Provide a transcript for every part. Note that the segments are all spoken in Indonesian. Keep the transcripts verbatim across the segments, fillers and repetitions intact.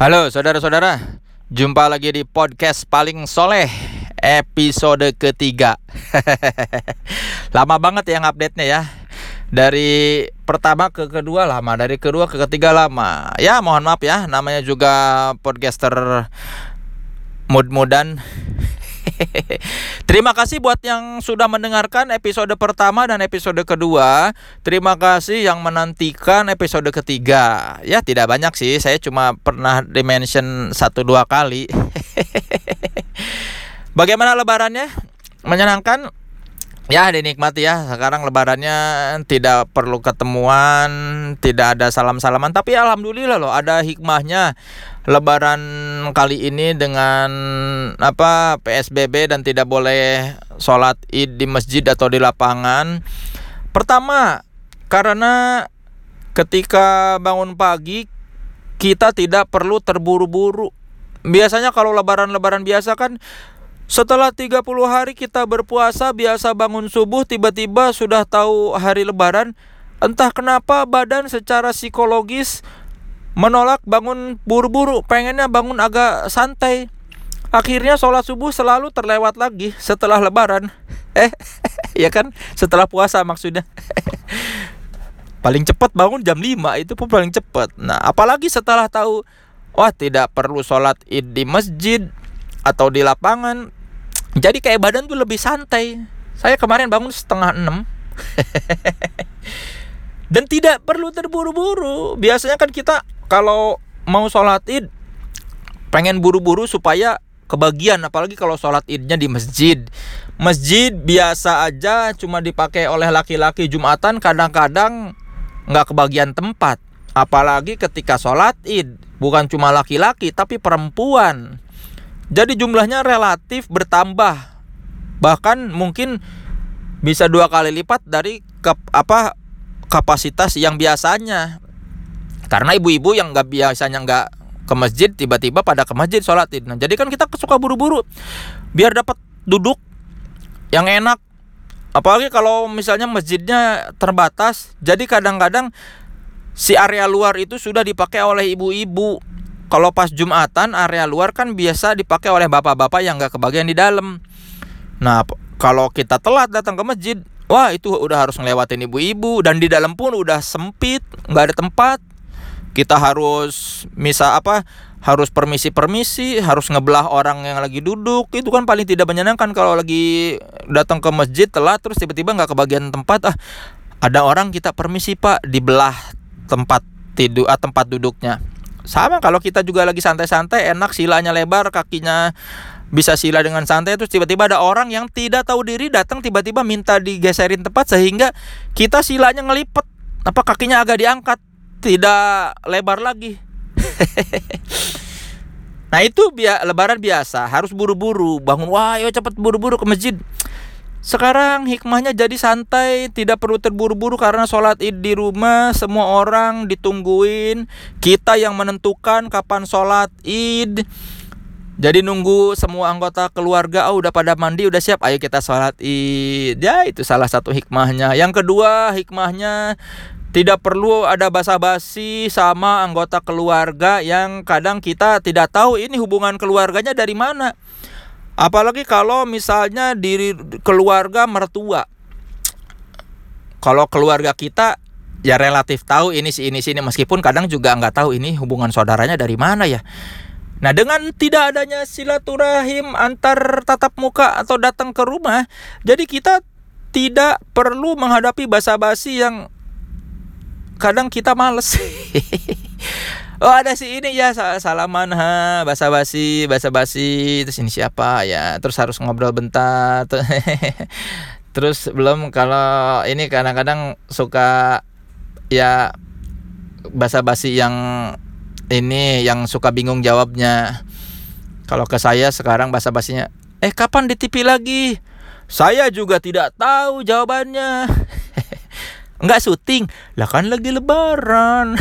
Halo saudara-saudara, jumpa lagi di podcast paling soleh episode ketiga. Lama banget yang update-nya ya. Dari pertama ke kedua lama, dari kedua ke ketiga lama. Ya mohon maaf ya, namanya juga podcaster mood-moodan. Terima kasih buat yang sudah mendengarkan episode pertama dan episode kedua. Terima kasih yang menantikan episode ketiga. Ya tidak banyak sih, saya cuma pernah di-mention satu dua kali. Bagaimana lebarannya? Menyenangkan? Ya dinikmati ya. Sekarang lebarannya tidak perlu ketemuan, tidak ada salam-salaman. Tapi alhamdulillah loh, ada hikmahnya lebaran kali ini dengan apa P S B B dan tidak boleh sholat id di masjid atau di lapangan. Pertama, karena ketika bangun pagi kita tidak perlu terburu-buru. Biasanya kalau lebaran-lebaran biasa kan setelah tiga puluh hari kita berpuasa, biasa bangun subuh tiba-tiba sudah tahu hari lebaran. Entah kenapa badan secara psikologis menolak bangun buru-buru, pengennya bangun agak santai. Akhirnya sholat subuh selalu terlewat lagi setelah lebaran. Eh, ya kan? Setelah puasa maksudnya. Paling cepat bangun jam lima, itu pun paling cepat. Nah, apalagi setelah tahu, wah tidak perlu sholat id di masjid atau di lapangan. Jadi kayak badan tuh lebih santai. Saya kemarin bangun setengah enam. Dan tidak perlu terburu-buru. Biasanya kan kita kalau mau sholat id pengen buru-buru supaya kebagian. Apalagi kalau sholat idnya di masjid. Masjid biasa aja cuma dipakai oleh laki-laki Jumatan, kadang-kadang gak kebagian tempat. Apalagi ketika sholat id, bukan cuma laki-laki tapi perempuan. Jadi jumlahnya relatif bertambah. Bahkan mungkin bisa dua kali lipat dari ke, apa kapasitas yang biasanya. Karena ibu-ibu yang nggak biasanya nggak ke masjid tiba-tiba pada ke masjid sholat id. Nah, jadi kan kita suka buru-buru biar dapat duduk yang enak. Apalagi kalau misalnya masjidnya terbatas. Jadi kadang-kadang si area luar itu sudah dipakai oleh ibu-ibu. Kalau pas Jumatan, area luar kan biasa dipakai oleh bapak-bapak yang gak kebagian di dalam. Nah, kalau kita telat datang ke masjid, wah itu udah harus ngelewatin ibu-ibu. Dan di dalam pun udah sempit, gak ada tempat. Kita harus misa apa? Harus permisi-permisi, harus ngebelah orang yang lagi duduk. Itu kan paling tidak menyenangkan kalau lagi datang ke masjid telat terus tiba-tiba gak kebagian tempat. Ah, ada orang kita permisi pak, dibelah tempat tidur, ah, tempat duduknya. Sama kalau kita juga lagi santai-santai, enak silanya lebar, kakinya bisa sila dengan santai, terus tiba-tiba ada orang yang tidak tahu diri datang tiba-tiba minta digeserin tempat sehingga kita silanya ngelipet, apa kakinya agak diangkat, tidak lebar lagi. Nah itu biar lebaran biasa harus buru-buru bangun, wah ayo cepet buru-buru ke masjid. Sekarang hikmahnya jadi santai, tidak perlu terburu-buru karena sholat id di rumah, semua orang ditungguin, kita yang menentukan kapan sholat id. Jadi nunggu semua anggota keluarga, oh udah pada mandi, udah siap, ayo kita sholat id. Ya itu salah satu hikmahnya. Yang kedua hikmahnya, tidak perlu ada basa-basi sama anggota keluarga yang kadang kita tidak tahu ini hubungan keluarganya dari mana. Apalagi kalau misalnya diri keluarga mertua. Kalau keluarga kita ya relatif tahu ini si ini sini, meskipun kadang juga nggak tahu ini hubungan saudaranya dari mana ya. Nah dengan tidak adanya silaturahim antar tatap muka atau datang ke rumah, jadi kita tidak perlu menghadapi basa-basi yang kadang kita males. Oh ada si ini ya salaman ha basa-basi basa-basi terus ini siapa ya, terus harus ngobrol bentar. Terus belum kalau ini kadang-kadang suka ya basa-basi yang ini yang suka bingung jawabnya. Kalau ke saya sekarang basa-basinya, eh kapan di T V lagi? Saya juga tidak tahu jawabannya. Enggak syuting, lah kan lagi lebaran.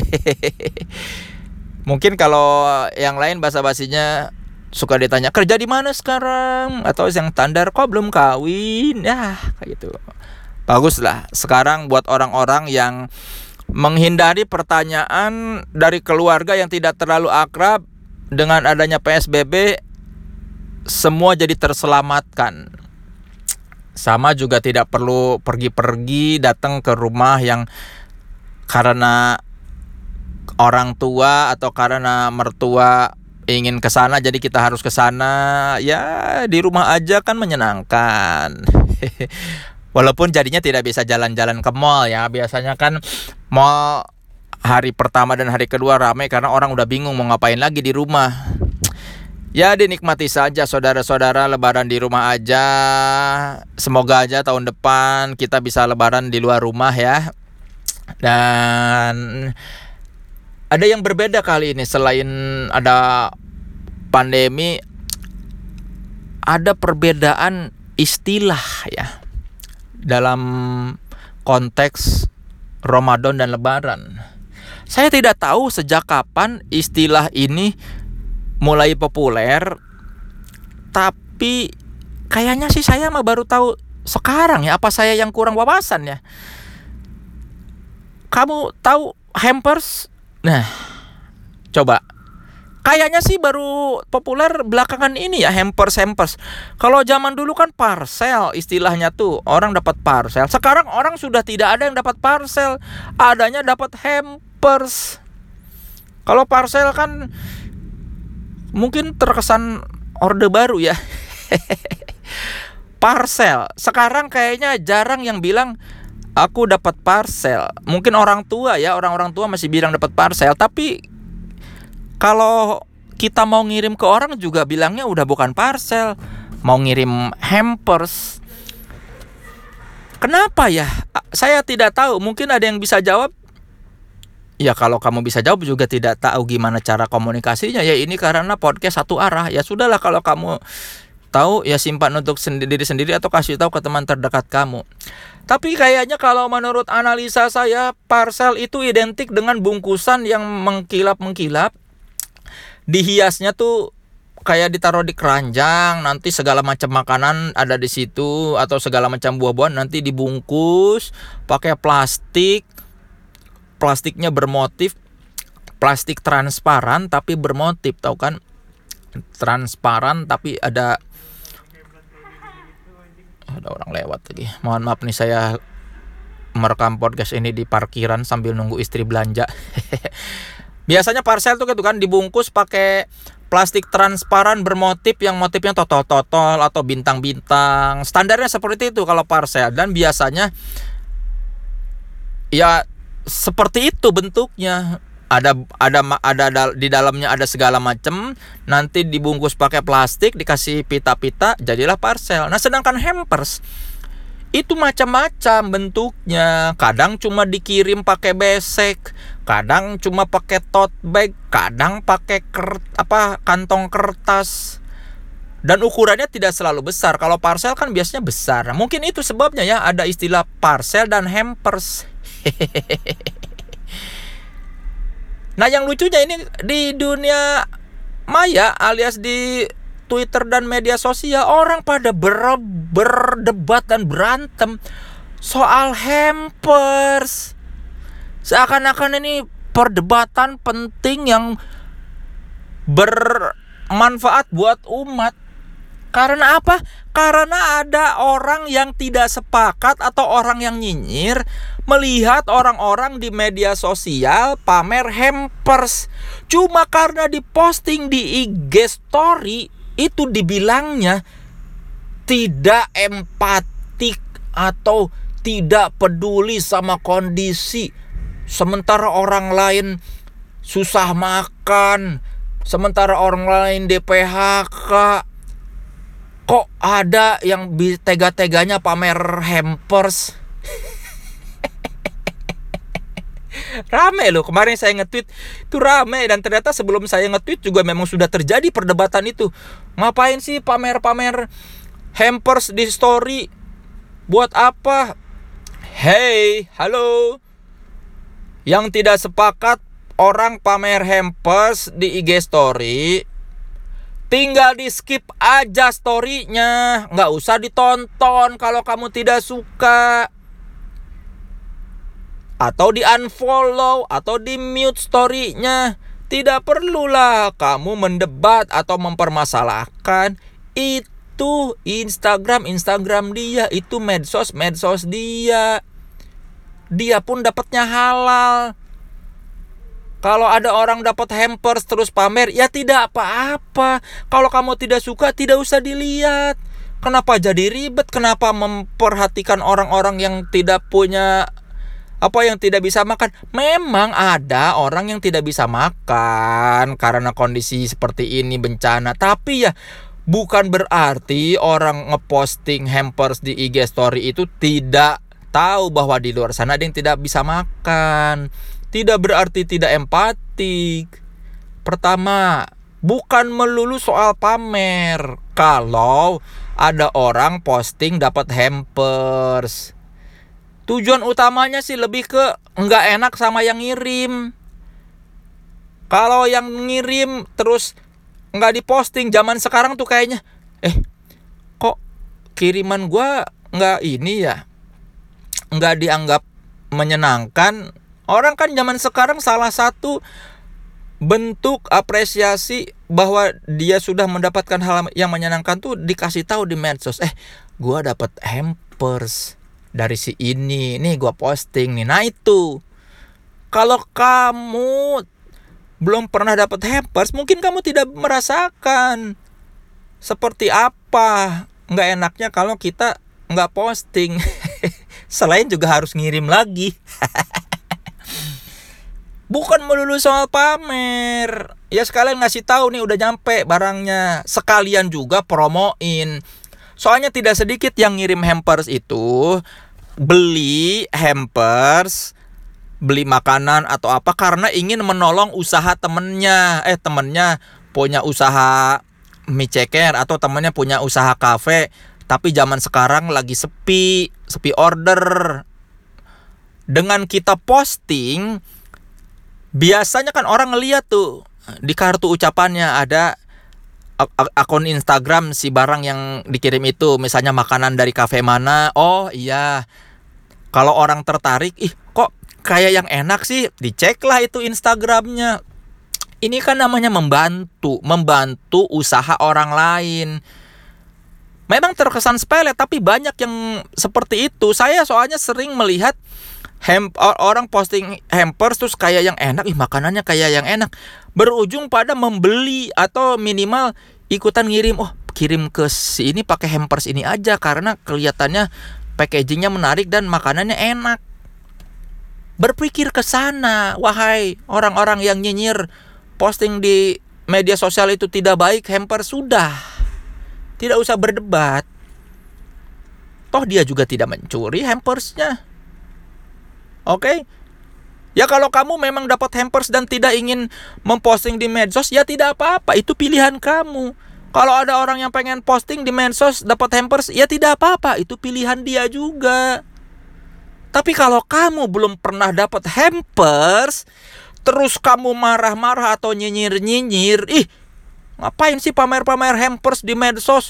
Mungkin kalau yang lain basa-basinya suka ditanya kerja di mana sekarang, atau yang standar kok belum kawin, ya kayak gitu. Bagus lah sekarang buat orang-orang yang menghindari pertanyaan dari keluarga yang tidak terlalu akrab. Dengan adanya P S B B, semua jadi terselamatkan. Sama juga tidak perlu pergi-pergi datang ke rumah yang karena orang tua atau karena mertua ingin ke sana jadi kita harus ke sana. Ya, di rumah aja kan menyenangkan. Walaupun jadinya tidak bisa jalan-jalan ke mall ya. Biasanya kan mall hari pertama dan hari kedua ramai karena orang udah bingung mau ngapain lagi di rumah. Ya, dinikmati saja saudara-saudara, lebaran di rumah aja. Semoga aja tahun depan kita bisa lebaran di luar rumah ya. Dan ada yang berbeda kali ini, selain ada pandemi, ada perbedaan istilah ya dalam konteks Ramadan dan Lebaran. Saya tidak tahu sejak kapan istilah ini mulai populer, tapi kayaknya sih saya mah baru tahu sekarang ya. Apa saya yang kurang wawasan ya? Kamu tahu hampers? Nah, coba. Kayaknya sih baru populer belakangan ini ya, hampers hampers. Kalau zaman dulu kan parcel istilahnya tuh, orang dapat parcel. Sekarang orang sudah tidak ada yang dapat parcel, adanya dapat hampers. Kalau parcel kan mungkin terkesan orde baru ya. Parcel. Sekarang kayaknya jarang yang bilang aku dapat parcel. Mungkin orang tua ya, orang-orang tua masih bilang dapat parcel, tapi kalau kita mau ngirim ke orang juga bilangnya udah bukan parcel, mau ngirim hampers. Kenapa ya? Saya tidak tahu. Mungkin ada yang bisa jawab. Ya kalau kamu bisa jawab juga tidak tahu gimana cara komunikasinya. Ya ini karena podcast satu arah. Ya sudahlah, kalau kamu tahu ya simpan untuk sendiri, diri sendiri atau kasih tahu ke teman terdekat kamu. Tapi kayaknya kalau menurut analisa saya, parcel itu identik dengan bungkusan yang mengkilap-mengkilap. Dihiasnya tuh kayak ditaruh di keranjang, nanti segala macam makanan ada di situ atau segala macam buah-buahan nanti dibungkus pakai plastik. Plastiknya bermotif, plastik transparan tapi bermotif, tahu kan? Transparan tapi ada ada orang lewat lagi. Mohon maaf nih, saya merekam podcast ini di parkiran sambil nunggu istri belanja. Biasanya parcel tuh gitu kan dibungkus pakai plastik transparan bermotif yang motifnya totol-totol atau bintang-bintang. Standarnya seperti itu kalau parcel, dan biasanya ya seperti itu bentuknya. Ada ada ada, ada di dalamnya ada segala macam, nanti dibungkus pakai plastik, dikasih pita-pita, jadilah parcel. Nah, sedangkan hampers itu macam-macam bentuknya. Kadang cuma dikirim pakai besek, kadang cuma pakai tote bag, kadang pakai ker, apa kantong kertas. Dan ukurannya tidak selalu besar. Kalau parcel kan biasanya besar. Nah, mungkin itu sebabnya ya ada istilah parcel dan hampers. Nah, yang lucunya ini di dunia maya alias di Twitter dan media sosial, orang pada ber, berdebat dan berantem soal hampers. Seakan-akan ini perdebatan penting yang bermanfaat buat umat. Karena apa? Karena ada orang yang tidak sepakat atau orang yang nyinyir melihat orang-orang di media sosial pamer hampers. Cuma karena diposting di I G story itu dibilangnya tidak empatik atau tidak peduli sama kondisi. Sementara orang lain susah makan, sementara orang lain D P H K. Kok ada yang tega-teganya pamer hampers? Rame loh, kemarin saya nge-tweet itu rame, dan ternyata sebelum saya nge-tweet juga memang sudah terjadi perdebatan itu. Ngapain sih pamer-pamer hampers di story? Buat apa? Hey, halo. Yang tidak sepakat orang pamer hampers di I G story, tinggal di skip aja story-nya, nggak usah ditonton kalau kamu tidak suka. atau di unfollow atau di mute story-nya. Tidak perlulah kamu mendebat atau mempermasalahkan. Itu Instagram Instagram dia, itu medsos medsos dia. Dia pun dapatnya halal. Kalau ada orang dapat hampers terus pamer, ya tidak apa-apa. Kalau kamu tidak suka, tidak usah dilihat. Kenapa jadi ribet? Kenapa memperhatikan orang-orang yang tidak punya, apa, yang tidak bisa makan? Memang ada orang yang tidak bisa makan karena kondisi seperti ini, bencana. Tapi ya bukan berarti orang ngeposting hampers di I G story itu tidak tahu bahwa di luar sana ada yang tidak bisa makan. Tidak berarti tidak empatik. Pertama, bukan melulu soal pamer. Kalau ada orang posting dapat hampers, tujuan utamanya sih lebih ke nggak enak sama yang ngirim. Kalau yang ngirim terus nggak diposting, zaman sekarang tuh kayaknya, eh kok kiriman gua nggak ini ya, nggak dianggap menyenangkan. Orang kan zaman sekarang salah satu bentuk apresiasi bahwa dia sudah mendapatkan hal yang menyenangkan tuh dikasih tahu di medsos. Eh, gua dapat hampers dari si ini, nih gua posting nih. Nah itu, kalau kamu belum pernah dapat hampers, mungkin kamu tidak merasakan seperti apa nggak enaknya kalau kita nggak posting. Selain juga harus ngirim lagi. Bukan melulu soal pamer. Ya sekalian ngasih tahu nih udah nyampe barangnya. Sekalian juga promoin. Soalnya tidak sedikit yang ngirim hampers itu beli hampers, beli makanan atau apa karena ingin menolong usaha temennya. Eh temennya punya usaha mie ceker atau temennya punya usaha kafe. Tapi zaman sekarang lagi sepi, sepi order. Dengan kita posting, biasanya kan orang ngeliat tuh di kartu ucapannya ada ak- akun Instagram si barang yang dikirim itu, misalnya makanan dari kafe mana. Oh iya, kalau orang tertarik, ih kok kayak yang enak sih, diceklah itu Instagramnya. Ini kan namanya membantu, membantu usaha orang lain. Memang terkesan sepele, tapi banyak yang seperti itu. Saya soalnya sering melihat Hem, orang posting hampers terus kayak yang enak, ih makanannya kayak yang enak, berujung pada membeli atau minimal ikutan ngirim. Oh kirim ke si ini pakai hampers ini aja karena kelihatannya packagingnya menarik dan makanannya enak. Berpikir ke sana, wahai orang-orang yang nyinyir posting di media sosial itu tidak baik hampers, sudah tidak usah berdebat. Toh dia juga tidak mencuri hampersnya. Oke, okay? Ya kalau kamu memang dapat hampers dan tidak ingin memposting di medsos, ya tidak apa-apa, itu pilihan kamu. Kalau ada orang yang pengen posting di medsos dapat hampers, ya tidak apa-apa, itu pilihan dia juga. Tapi kalau kamu belum pernah dapat hampers, terus kamu marah-marah atau nyinyir-nyinyir, ih ngapain sih pamer-pamer hampers di medsos?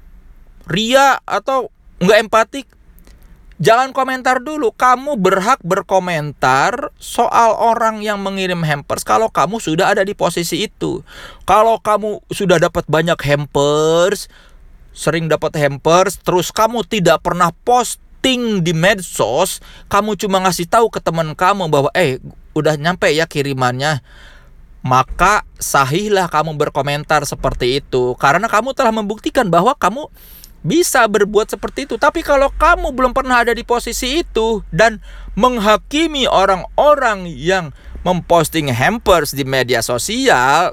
Ria atau nggak empatik? Jangan komentar dulu. Kamu berhak berkomentar soal orang yang mengirim hampers kalau kamu sudah ada di posisi itu. Kalau kamu sudah dapat banyak hampers, sering dapat hampers, terus kamu tidak pernah posting di medsos, kamu cuma ngasih tahu ke teman kamu bahwa eh udah nyampe ya kirimannya, maka sahihlah kamu berkomentar seperti itu karena kamu telah membuktikan bahwa kamu bisa berbuat seperti itu. Tapi kalau kamu belum pernah ada di posisi itu dan menghakimi orang-orang yang memposting hampers di media sosial,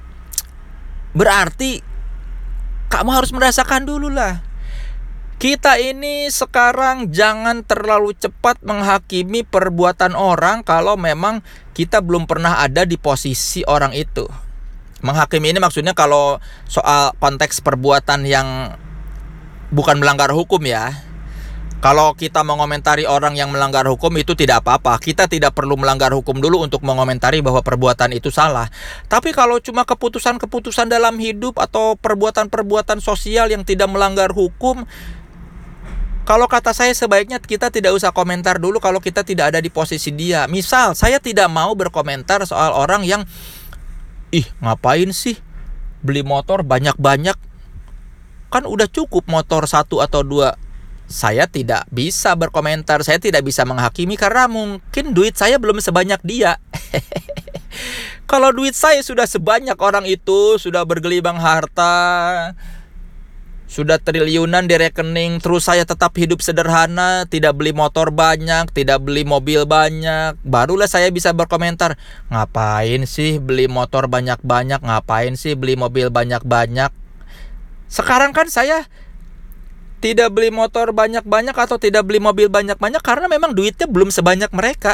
berarti kamu harus merasakan dulu lah. Kita ini sekarang jangan terlalu cepat menghakimi perbuatan orang kalau memang kita belum pernah ada di posisi orang itu. Menghakimi ini maksudnya kalau soal konteks perbuatan yang bukan melanggar hukum ya. Kalau kita mengomentari orang yang melanggar hukum itu tidak apa-apa. Kita tidak perlu melanggar hukum dulu untuk mengomentari bahwa perbuatan itu salah. Tapi kalau cuma keputusan-keputusan dalam hidup atau perbuatan-perbuatan sosial yang tidak melanggar hukum, Kalau kata saya sebaiknya kita tidak usah komentar dulu kalau kita tidak ada di posisi dia. Misal saya tidak mau berkomentar soal orang yang, ih ngapain sih beli motor banyak-banyak, kan udah cukup motor satu atau dua. Saya tidak bisa berkomentar, saya tidak bisa menghakimi karena mungkin duit saya belum sebanyak dia. Kalau duit saya sudah sebanyak orang itu, sudah bergelimang harta, sudah triliunan di rekening, terus saya tetap hidup sederhana, tidak beli motor banyak, tidak beli mobil banyak, barulah saya bisa berkomentar, ngapain sih beli motor banyak-banyak, ngapain sih beli mobil banyak-banyak. Sekarang kan saya tidak beli motor banyak-banyak atau tidak beli mobil banyak-banyak karena memang duitnya belum sebanyak mereka.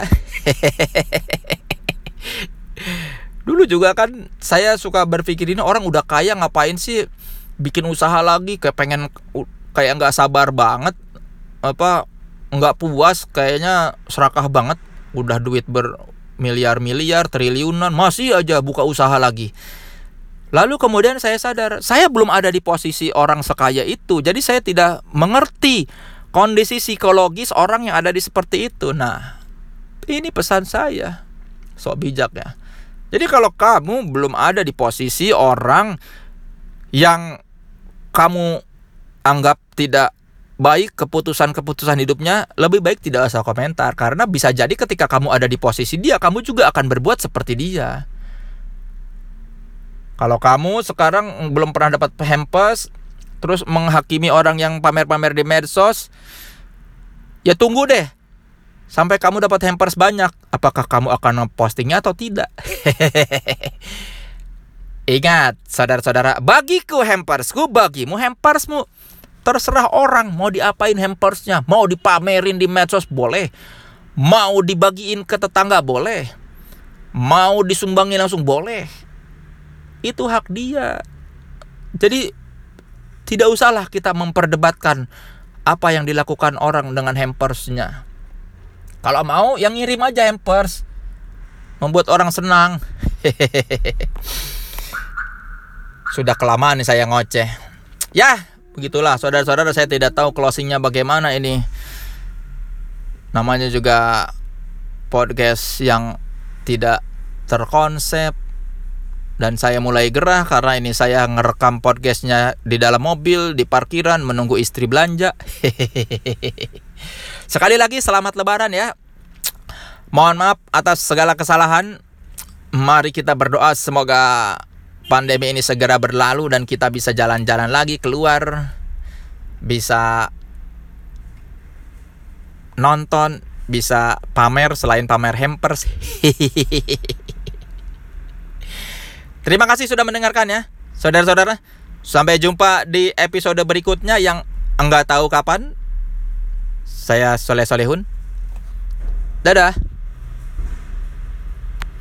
Dulu juga kan saya suka berpikir, ini orang udah kaya ngapain sih bikin usaha lagi, kayak pengen kayak nggak sabar banget, apa nggak puas, kayaknya serakah banget, udah duit bermiliar-miliar, triliunan, masih aja buka usaha lagi. Lalu kemudian saya sadar, saya belum ada di posisi orang sekaya itu. Jadi saya tidak mengerti kondisi psikologis orang yang ada di seperti itu. Nah, ini pesan saya. Sok bijak ya. Jadi kalau kamu belum ada di posisi orang yang kamu anggap tidak baik keputusan-keputusan hidupnya, lebih baik tidak usah komentar. Karena bisa jadi ketika kamu ada di posisi dia, kamu juga akan berbuat seperti dia. Kalau kamu sekarang belum pernah dapat hampers, terus menghakimi orang yang pamer-pamer di medsos, ya tunggu deh sampai kamu dapat hampers banyak. Apakah kamu akan postingnya atau tidak? Ingat, saudara-saudara, bagiku hampersku, bagimu hampersmu. Terserah orang mau diapain hampersnya. Mau dipamerin di medsos boleh, mau dibagiin ke tetangga boleh, mau disumbangin langsung boleh. Itu hak dia. Jadi tidak usahlah kita memperdebatkan apa yang dilakukan orang dengan hampersnya. Kalau mau yang ngirim aja hampers, membuat orang senang. Sudah kelamaan nih saya ngoceh. Ya begitulah saudara-saudara, saya tidak tahu closingnya bagaimana ini. Namanya juga podcast yang tidak terkonsep. Dan saya mulai gerah karena ini saya ngerekam podcastnya di dalam mobil, di parkiran, menunggu istri belanja. Sekali lagi selamat lebaran ya. Mohon maaf atas segala kesalahan. Mari kita berdoa semoga pandemi ini segera berlalu dan kita bisa jalan-jalan lagi keluar, bisa nonton, bisa pamer selain pamer hampers. Terima kasih sudah mendengarkan ya, saudara-saudara. Sampai jumpa di episode berikutnya yang enggak tahu kapan. Saya Soleh Solehun. Dadah.